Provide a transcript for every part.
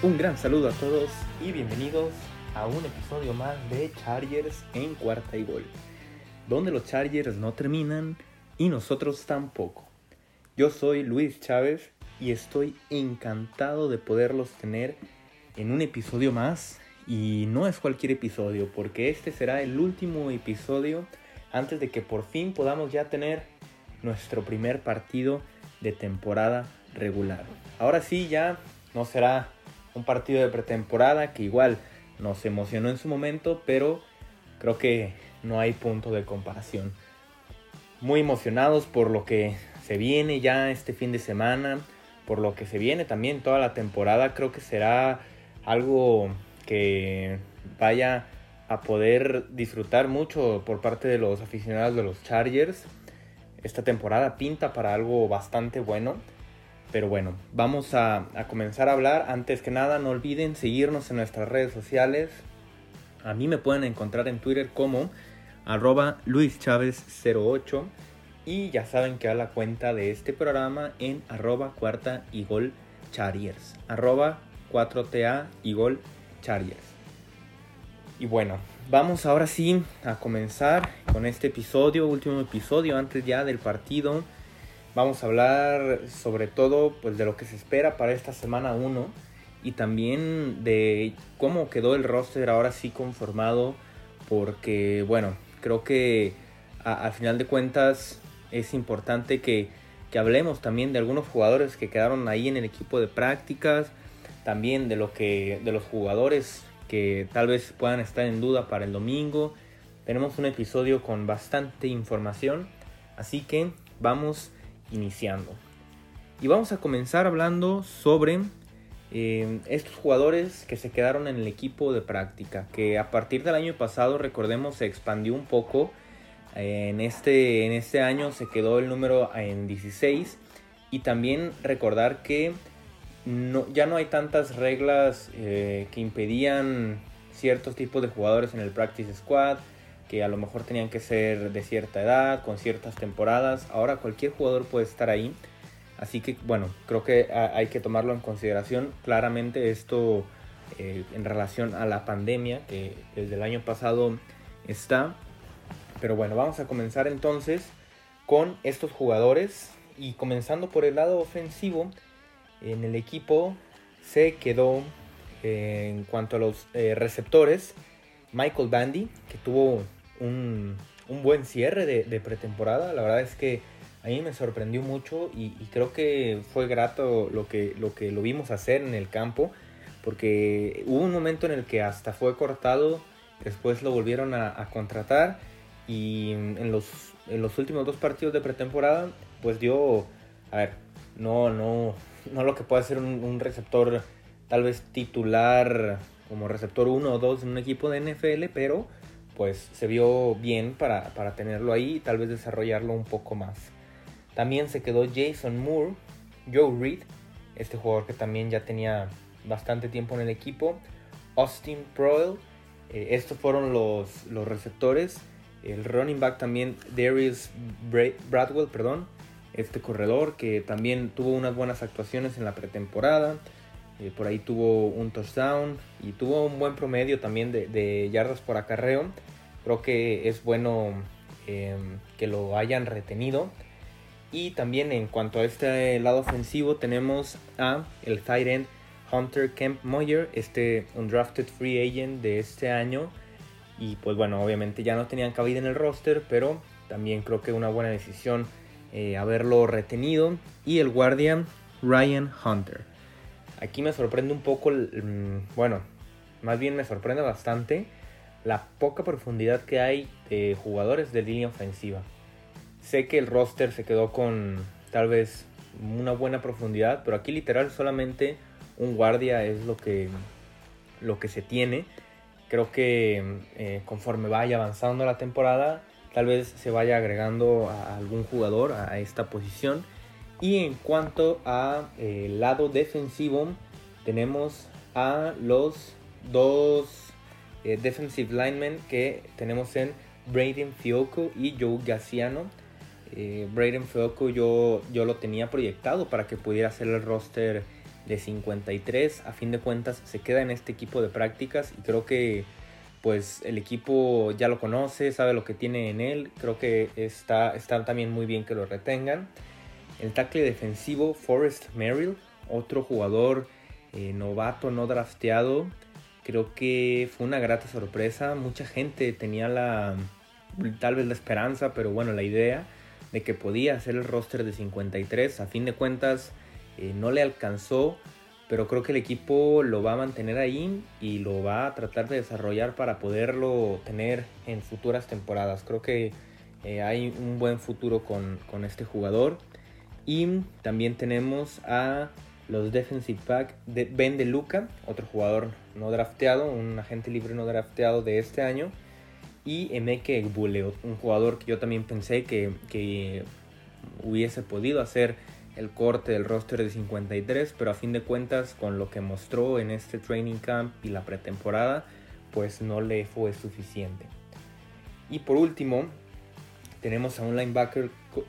Un gran saludo a todos y bienvenidos a un episodio más de Chargers en cuarta y gol, donde los Chargers no terminan y nosotros tampoco. Yo soy Luis Chávez y estoy encantado de poderlos tener en un episodio más, y no es cualquier episodio porque este será el último episodio antes de que por fin podamos ya tener nuestro primer partido de temporada regular. Ahora sí, ya no será un partido de pretemporada que igual nos emocionó en su momento, pero creo que no hay punto de comparación. Muy emocionados por lo que se viene ya este fin de semana, por lo que se viene también toda la temporada. Creo que será algo que vaya a poder disfrutar mucho por parte de los aficionados de los Chargers. Esta temporada pinta para algo bastante bueno. Pero bueno, vamos a comenzar a hablar. Antes que nada, no olviden seguirnos en nuestras redes sociales. A mí me pueden encontrar en Twitter como @luischavez08. Y ya saben que a la cuenta de este programa en @cuarta y gol Chargers. @4TA y gol Chargers. Y bueno, vamos ahora sí a comenzar con este episodio, último episodio antes ya del partido. Vamos a hablar sobre todo pues, de lo que se espera para esta semana 1 y también de cómo quedó el roster ahora sí conformado, porque bueno, creo que al final de cuentas es importante que hablemos también de algunos jugadores que quedaron ahí en el equipo de prácticas, también de los jugadores que tal vez puedan estar en duda para el domingo. Tenemos un episodio con bastante información, así que vamos iniciando. Y vamos a comenzar hablando sobre estos jugadores que se quedaron en el equipo de práctica, que a partir del año pasado, recordemos, se expandió un poco. En este año se quedó el número en 16, y también recordar que ya no hay tantas reglas que impedían ciertos tipos de jugadores en el practice squad, que a lo mejor tenían que ser de cierta edad, con ciertas temporadas. Ahora cualquier jugador puede estar ahí. Así que bueno, creo que hay que tomarlo en consideración. Claramente esto en relación a la pandemia que desde el año pasado está. Pero bueno, vamos a comenzar entonces con estos jugadores. Y comenzando por el lado ofensivo, en el equipo se quedó en cuanto a los receptores Michael Bandy, que tuvo un buen cierre de pretemporada. La verdad es que a mí me sorprendió mucho y creo que fue grato lo que lo vimos hacer en el campo, porque hubo un momento en el que hasta fue cortado, después lo volvieron a contratar, y en los últimos 2 partidos de pretemporada pues dio, a ver, no lo que puede ser un receptor tal vez titular como receptor 1 o 2 en un equipo de NFL, pero pues se vio bien para tenerlo ahí y tal vez desarrollarlo un poco más. También se quedó Jason Moore, Joe Reed, este jugador que también ya tenía bastante tiempo en el equipo, Austin Proehl. Estos fueron los receptores. El running back también, Darius Bradwell, este corredor que también tuvo unas buenas actuaciones en la pretemporada. Por ahí tuvo un touchdown y tuvo un buen promedio también de yardas por acarreo. Creo que es bueno que lo hayan retenido. Y también en cuanto a este lado ofensivo tenemos a el tight end Hunter Kemp Moyer, este undrafted free agent de este año. Y pues bueno, obviamente ya no tenían cabida en el roster, pero también creo que una buena decisión haberlo retenido. Y el guardia Ryan Hunter. Aquí me sorprende un poco, bueno, más bien me sorprende bastante la poca profundidad que hay de jugadores de línea ofensiva. Sé que el roster se quedó con tal vez una buena profundidad, pero aquí literal solamente un guardia es lo que se tiene. Creo que conforme vaya avanzando la temporada, tal vez se vaya agregando a algún jugador a esta posición. Y en cuanto a el lado defensivo, tenemos a los 2 defensive linemen que tenemos en Braden Fioco y Joe Gassiano. Braden Fioco yo lo tenía proyectado para que pudiera hacer el roster de 53, a fin de cuentas se queda en este equipo de prácticas y creo que pues el equipo ya lo conoce, sabe lo que tiene en él, creo que está también muy bien que lo retengan. El tackle defensivo Forrest Merrill, otro jugador novato, no drafteado, creo que fue una grata sorpresa. Mucha gente tenía tal vez la esperanza, pero bueno, la idea de que podía hacer el roster de 53. A fin de cuentas no le alcanzó, pero creo que el equipo lo va a mantener ahí y lo va a tratar de desarrollar para poderlo tener en futuras temporadas. Creo que hay un buen futuro con este jugador. Y también tenemos a los defensive back de Ben DeLuca, otro jugador no drafteado, un agente libre no drafteado de este año. Y Emeke Egbule, un jugador que yo también pensé que hubiese podido hacer el corte del roster de 53, pero a fin de cuentas con lo que mostró en este training camp y la pretemporada, pues no le fue suficiente. Y por último, tenemos a un linebacker,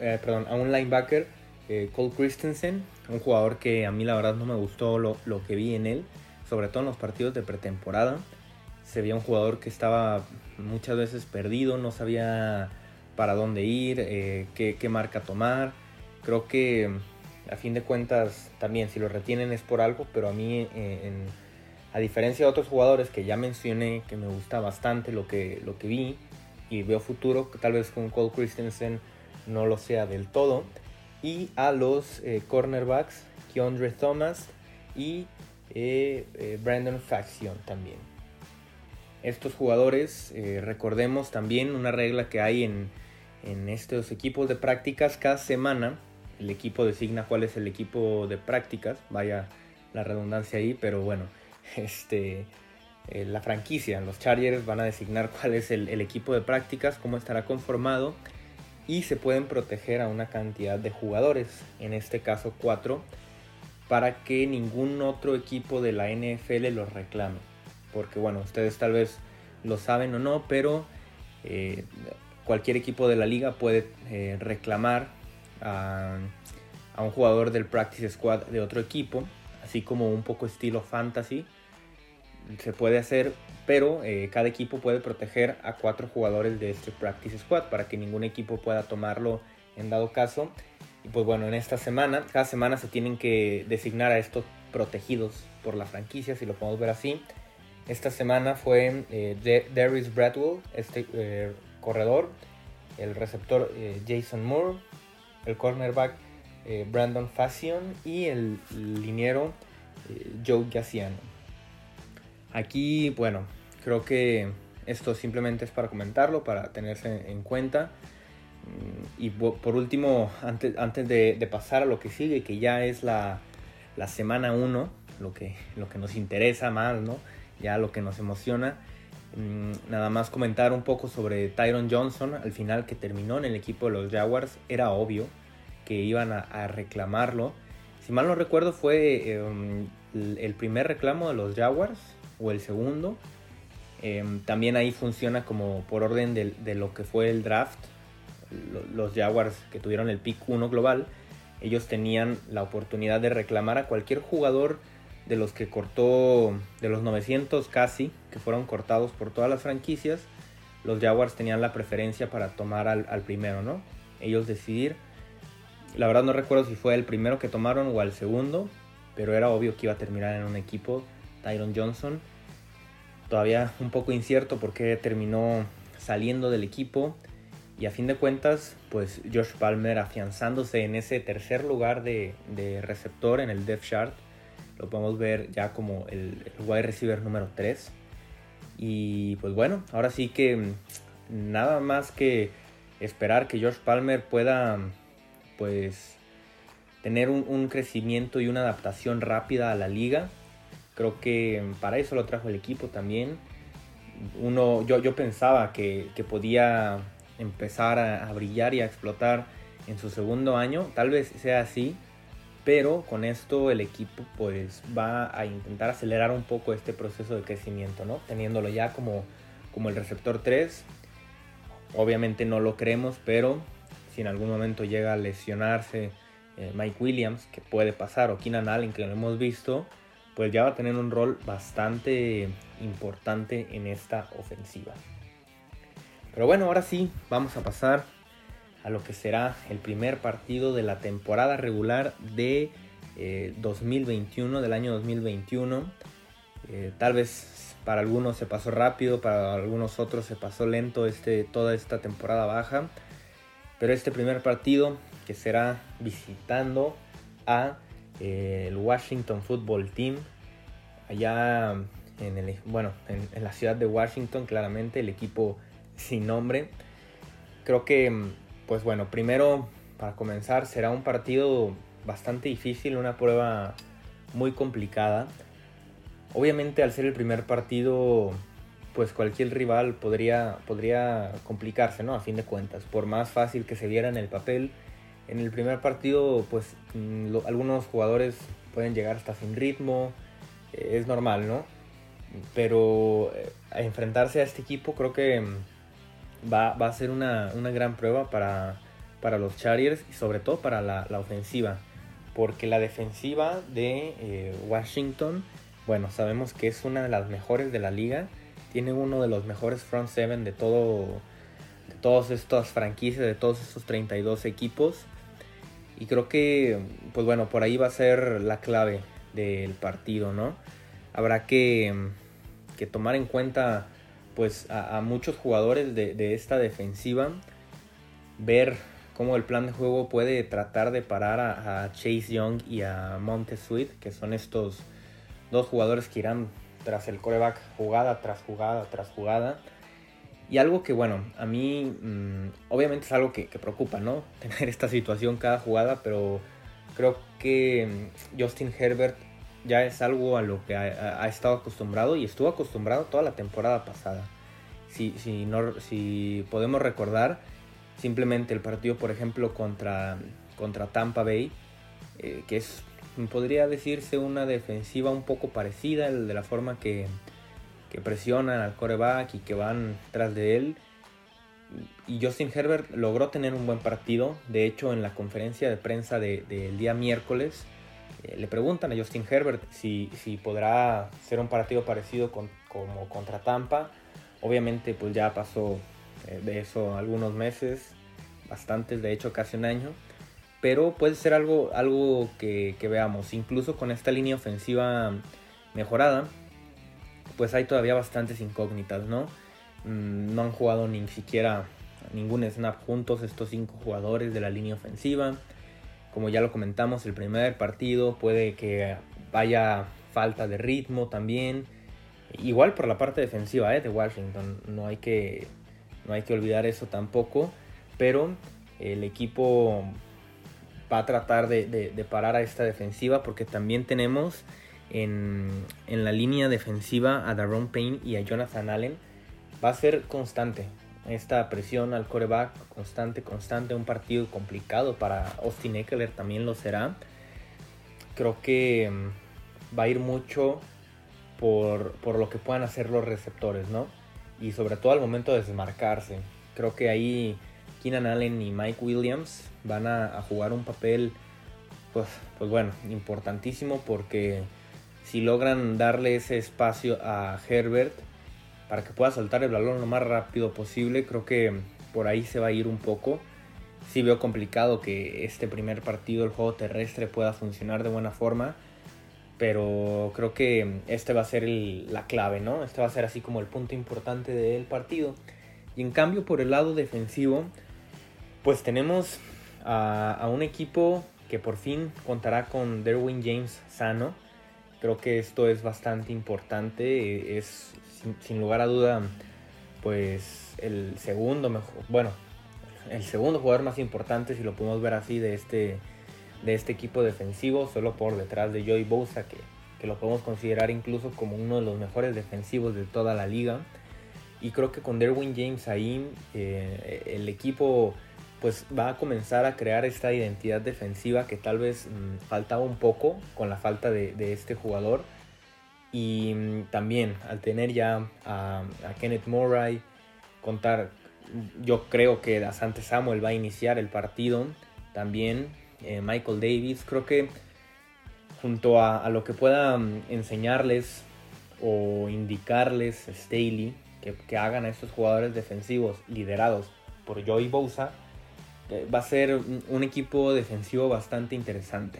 Cole Christensen, un jugador que a mí la verdad no me gustó lo que vi en él, sobre todo en los partidos de pretemporada. Se veía un jugador que estaba muchas veces perdido, no sabía para dónde ir, qué marca tomar. Creo que a fin de cuentas también si lo retienen es por algo, pero a mí a diferencia de otros jugadores que ya mencioné que me gusta bastante lo que vi y veo futuro, que tal vez con Cole Christensen no lo sea del todo. Y a los cornerbacks Keandre Thomas y Brandon Facyson también. Estos jugadores, recordemos también una regla que hay en estos equipos de prácticas. Cada semana el equipo designa cuál es el equipo de prácticas, vaya la redundancia ahí, pero bueno, la franquicia, los Chargers van a designar cuál es el equipo de prácticas, cómo estará conformado y se pueden proteger a una cantidad de jugadores, en este caso 4, para que ningún otro equipo de la NFL los reclame. Porque bueno, ustedes tal vez lo saben o no, pero cualquier equipo de la liga puede reclamar a un jugador del practice squad de otro equipo, así como un poco estilo fantasy se puede hacer, pero cada equipo puede proteger a 4 jugadores de este practice squad para que ningún equipo pueda tomarlo en dado caso. Y pues bueno, en esta semana, cada semana se tienen que designar a estos protegidos por la franquicia, si lo podemos ver así. Esta semana fue Darius Bradwell, corredor, el receptor Jason Moore, el cornerback Brandon Facyson y el liniero Joe Gassiano. Aquí, bueno, creo que esto simplemente es para comentarlo, para tenerse en cuenta. Y por último, antes de pasar a lo que sigue, que ya es la semana 1, lo que nos interesa más, ¿no? Ya lo que nos emociona. Nada más comentar un poco sobre Tyron Johnson, al final que terminó en el equipo de los Jaguars. Era obvio que iban a reclamarlo. Si mal no recuerdo fue el primer reclamo de los Jaguars o el segundo. También ahí funciona como por orden de lo que fue el draft. Los Jaguars que tuvieron el pick 1 global, ellos tenían la oportunidad de reclamar a cualquier jugador de los que cortó, de los 900 casi, que fueron cortados por todas las franquicias. Los Jaguars tenían la preferencia para tomar al primero, ¿no? Ellos decidir. La verdad no recuerdo si fue el primero que tomaron o al segundo, pero era obvio que iba a terminar en un equipo. Tyron Johnson, todavía un poco incierto por qué terminó saliendo del equipo. Y a fin de cuentas, pues Josh Palmer afianzándose en ese tercer lugar de receptor en el depth chart. Lo podemos ver ya como el wide receiver número 3. Y pues bueno, ahora sí que nada más que esperar que Josh Palmer pueda pues tener un crecimiento y una adaptación rápida a la liga. Creo que para eso lo trajo el equipo también. Yo pensaba que podía empezar a brillar y a explotar en su segundo año. Tal vez sea así, pero con esto el equipo pues va a intentar acelerar un poco este proceso de crecimiento, ¿no? Teniéndolo ya como el receptor 3. Obviamente no lo creemos, pero si en algún momento llega a lesionarse Mike Williams, que puede pasar, o Keenan Allen, que lo hemos visto, pues ya va a tener un rol bastante importante en esta ofensiva. Pero bueno, ahora sí, vamos a pasar a lo que será el primer partido de la temporada regular de 2021, del año 2021. Tal vez para algunos se pasó rápido, para algunos otros se pasó lento toda esta temporada baja. Pero este primer partido, que será visitando a el Washington Football Team, allá en la ciudad de Washington, claramente, el equipo sin nombre. Creo que, pues bueno, primero, para comenzar, será un partido bastante difícil, una prueba muy complicada. Obviamente, al ser el primer partido, pues cualquier rival podría complicarse, ¿no? A fin de cuentas, por más fácil que se viera en el papel, en el primer partido, pues algunos jugadores pueden llegar hasta sin ritmo, es normal, ¿no? Pero a enfrentarse a este equipo creo que va a ser una gran prueba para los Chargers y sobre todo para la ofensiva, porque la defensiva de Washington, bueno, sabemos que es una de las mejores de la liga, tiene uno de los mejores front seven de todas estas franquicias, de todos estos 32 equipos, y creo que, pues bueno, por ahí va a ser la clave del partido, ¿no? Habrá que tomar en cuenta pues a muchos jugadores de esta defensiva, ver cómo el plan de juego puede tratar de parar a Chase Young y a Montez Sweat, que son estos dos jugadores que irán tras el quarterback jugada tras jugada tras jugada. Y algo que, bueno, a mí obviamente es algo que preocupa, ¿no? Tener esta situación cada jugada, pero creo que Justin Herbert ya es algo a lo que ha estado acostumbrado y estuvo acostumbrado toda la temporada pasada. Si podemos recordar simplemente el partido, por ejemplo, contra Tampa Bay, que podría decirse una defensiva un poco parecida, de la forma que presionan al quarterback y que van tras de él. Y Justin Herbert logró tener un buen partido. De hecho, en la conferencia de prensa del día miércoles, le preguntan a Justin Herbert si podrá ser un partido parecido como contra Tampa. Obviamente pues ya pasó de eso algunos meses, bastantes, de hecho casi un año, pero puede ser algo que veamos. Incluso con esta línea ofensiva mejorada, pues hay todavía bastantes incógnitas, ¿no? No han jugado ni siquiera ningún snap juntos estos 5 jugadores de la línea ofensiva. Como ya lo comentamos, el primer partido puede que vaya falta de ritmo también. Igual por la parte defensiva de Washington, no hay que olvidar eso tampoco. Pero el equipo va a tratar de parar a esta defensiva, porque también tenemos en la línea defensiva a Daron Payne y a Jonathan Allen. Va a ser constante esta presión al quarterback, constante, un partido complicado para Austin Ekeler también lo será. Creo que va a ir mucho por lo que puedan hacer los receptores, ¿no? Y sobre todo al momento de desmarcarse. Creo que ahí Keenan Allen y Mike Williams van a jugar un papel pues bueno, importantísimo, porque si logran darle ese espacio a Herbert para que pueda soltar el balón lo más rápido posible, creo que por ahí se va a ir un poco. Sí veo complicado que este primer partido, el juego terrestre, pueda funcionar de buena forma, pero creo que este va a ser la clave, ¿no? Este va a ser así como el punto importante del partido. Y en cambio, por el lado defensivo, pues tenemos a un equipo que por fin contará con Derwin James sano. Creo que esto es bastante importante. Es sin lugar a duda pues el segundo jugador más importante, si lo podemos ver así, de este equipo defensivo, solo por detrás de Joey Bosa, que lo podemos considerar incluso como uno de los mejores defensivos de toda la liga. Y creo que con Derwin James ahí el equipo pues va a comenzar a crear esta identidad defensiva que tal vez faltaba un poco con la falta de este jugador. Y también al tener ya a Kenneth Murray, yo creo que Asante Samuel va a iniciar el partido también. Michael Davis. Creo que junto a lo que pueda enseñarles o indicarles Staley que hagan a estos jugadores defensivos liderados por Joey Bosa, va a ser un equipo defensivo bastante interesante.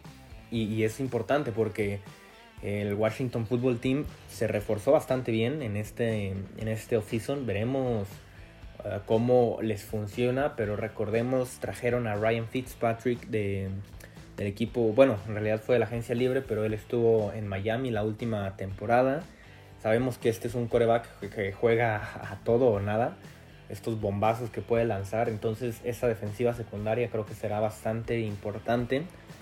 Y es importante porque el Washington Football Team se reforzó bastante bien en este offseason. Veremos cómo les funciona, pero recordemos, trajeron a Ryan Fitzpatrick del equipo, bueno, en realidad fue de la agencia libre, pero él estuvo en Miami la última temporada. Sabemos que este es un quarterback que juega a todo o nada, estos bombazos que puede lanzar, entonces esa defensiva secundaria creo que será bastante importante.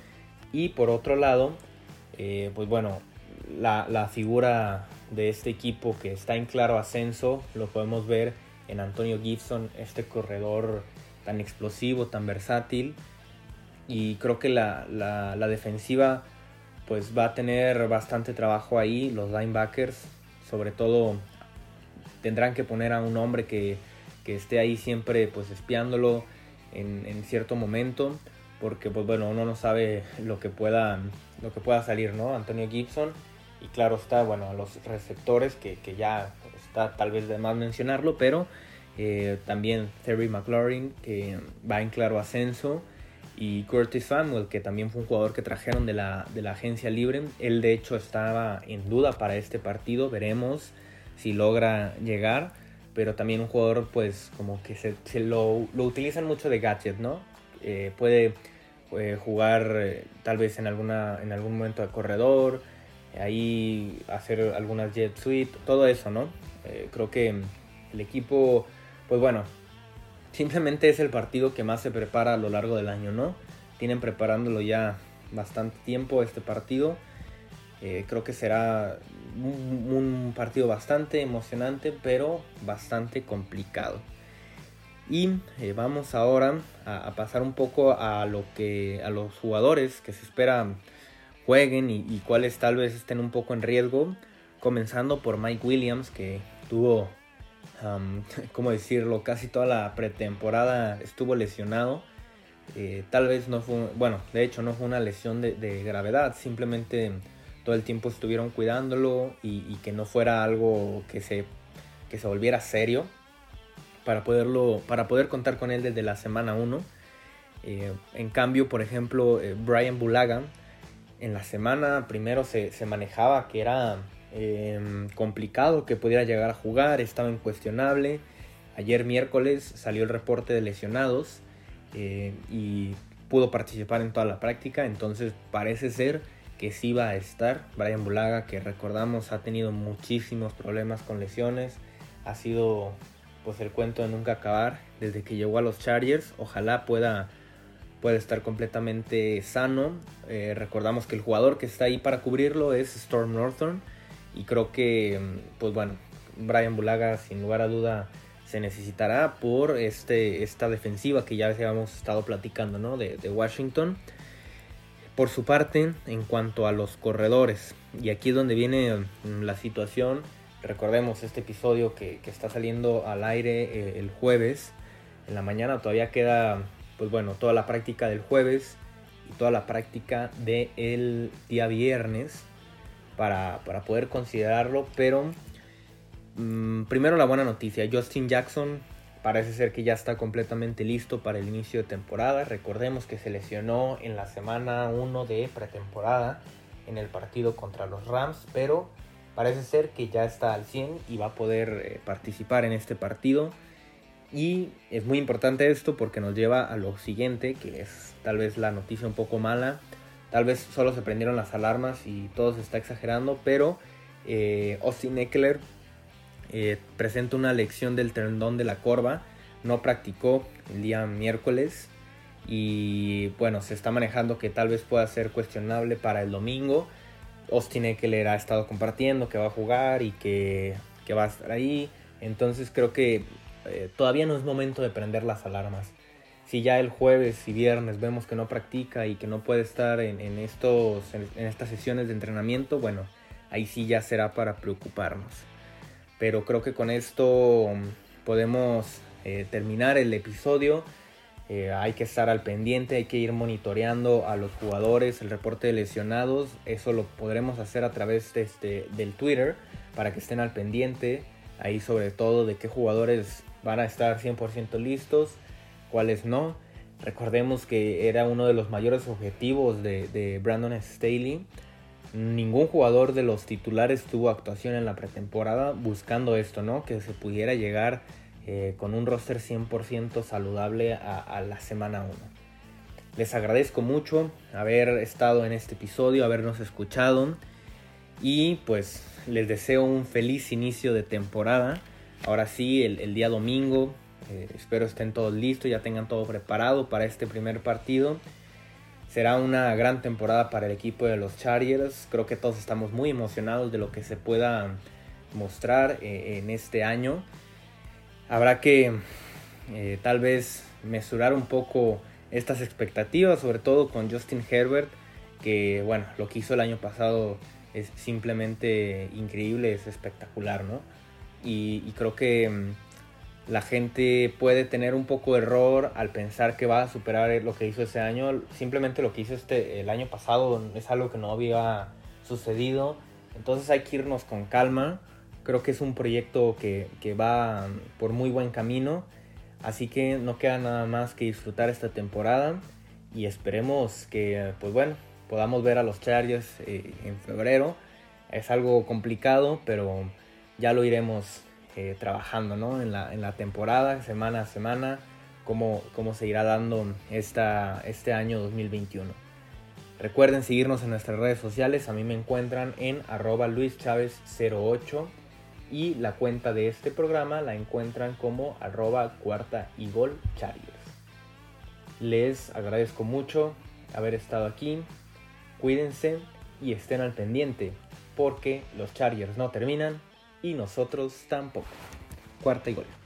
Y por otro lado, pues bueno, la figura de este equipo que está en claro ascenso lo podemos ver en Antonio Gibson, este corredor tan explosivo, tan versátil. Y creo que la defensiva pues va a tener bastante trabajo ahí. Los linebackers sobre todo tendrán que poner a un hombre que esté ahí siempre pues espiándolo en cierto momento, porque pues bueno, uno no sabe lo que pueda salir, ¿no? Antonio Gibson, y claro está, bueno, a los receptores que ya está tal vez de más mencionarlo, pero también Terry McLaurin, que va en claro ascenso, y Curtis Samuel, que también fue un jugador que trajeron de la agencia libre. Él de hecho estaba en duda para este partido, veremos si logra llegar, pero también un jugador pues como que se lo utilizan mucho de gadget, ¿no? Puede jugar tal vez en algún momento de corredor, ahí hacer algunas jet sweep, todo eso, ¿no? Creo que el equipo, pues bueno, simplemente es el partido que más se prepara a lo largo del año, ¿no? Tienen preparándolo ya bastante tiempo este partido. Creo que será un partido bastante emocionante, pero bastante complicado. Y vamos ahora a pasar un poco a los jugadores que se espera jueguen y cuáles tal vez estén un poco en riesgo. Comenzando por Mike Williams, que tuvo, ¿cómo decirlo? Casi toda la pretemporada estuvo lesionado. Tal vez no fue, bueno, de hecho no fue una lesión de gravedad, simplemente todo el tiempo estuvieron cuidándolo y que no fuera algo que se volviera serio para poder contar con él desde la semana 1. En cambio, por ejemplo, Brian Bulaga, en la semana primero se manejaba que era complicado que pudiera llegar a jugar, estaba incuestionable. Ayer miércoles salió el reporte de lesionados y pudo participar en toda la práctica, entonces parece ser que sí va a estar. Brian Bulaga, que recordamos ha tenido muchísimos problemas con lesiones, ha sido pues el cuento de nunca acabar desde que llegó a los Chargers. Ojalá pueda estar completamente sano. Recordamos que el jugador que está ahí para cubrirlo es Storm Northern, y creo que pues bueno, Brian Bulaga sin lugar a duda se necesitará por esta defensiva que ya habíamos estado platicando, ¿no? de Washington. Por su parte, en cuanto a los corredores, y aquí es donde viene la situación. Recordemos este episodio que está saliendo al aire el jueves en la mañana. Todavía queda pues bueno, toda la práctica del jueves y toda la práctica del día viernes para poder considerarlo. Pero primero la buena noticia: Justin Jackson parece ser que ya está completamente listo para el inicio de temporada. Recordemos que se lesionó en la semana 1 de pretemporada en el partido contra los Rams, pero parece ser que ya está al 100 y va a poder participar en este partido. Y es muy importante esto porque nos lleva a lo siguiente, que es tal vez la noticia un poco mala. Tal vez solo se prendieron las alarmas y todo se está exagerando, pero Austin Ekeler presenta una lesión del tendón de la corva. No practicó el día miércoles y bueno, se está manejando que tal vez pueda ser cuestionable para el domingo. Austin Ekeler ha estado compartiendo que va a jugar y que va a estar ahí. Entonces creo que todavía no es momento de prender las alarmas. Si ya el jueves y viernes vemos que no practica y que no puede estar en estas sesiones de entrenamiento, bueno, ahí sí ya será para preocuparnos. Pero creo que con esto podemos terminar el episodio. Hay que estar al pendiente, hay que ir monitoreando a los jugadores, el reporte de lesionados. Eso lo podremos hacer a través del Twitter para que estén al pendiente. Ahí sobre todo de qué jugadores van a estar 100% listos, cuáles no. Recordemos que era uno de los mayores objetivos de Brandon Staley. Ningún jugador de los titulares tuvo actuación en la pretemporada buscando esto, ¿no? Que se pudiera llegar con un roster 100% saludable a la semana 1. Les agradezco mucho haber estado en este episodio, habernos escuchado y pues les deseo un feliz inicio de temporada. Ahora sí, el día domingo, espero estén todos listos, ya tengan todo preparado para este primer partido. Será una gran temporada para el equipo de los Chargers. Creo que todos estamos muy emocionados de lo que se pueda mostrar en este año. Habrá que tal vez mesurar un poco estas expectativas, sobre todo con Justin Herbert, que bueno, lo que hizo el año pasado es simplemente increíble, es espectacular, ¿no? Y creo que la gente puede tener un poco de error al pensar que va a superar lo que hizo ese año. Simplemente lo que hizo el año pasado es algo que no había sucedido. Entonces hay que irnos con calma. Creo que es un proyecto que va por muy buen camino. Así que no queda nada más que disfrutar esta temporada. Y esperemos que, pues bueno, podamos ver a los Chargers en febrero. Es algo complicado, pero ya lo iremos trabajando, ¿no? en la temporada, semana a semana, cómo se irá dando este año 2021. Recuerden seguirnos en nuestras redes sociales. A mí me encuentran en @luischavez08 y la cuenta de este programa la encuentran como @cuarta-y-gol-chargers. Les agradezco mucho haber estado aquí. Cuídense y estén al pendiente porque los Chargers no terminan y nosotros tampoco. Cuarta y gol.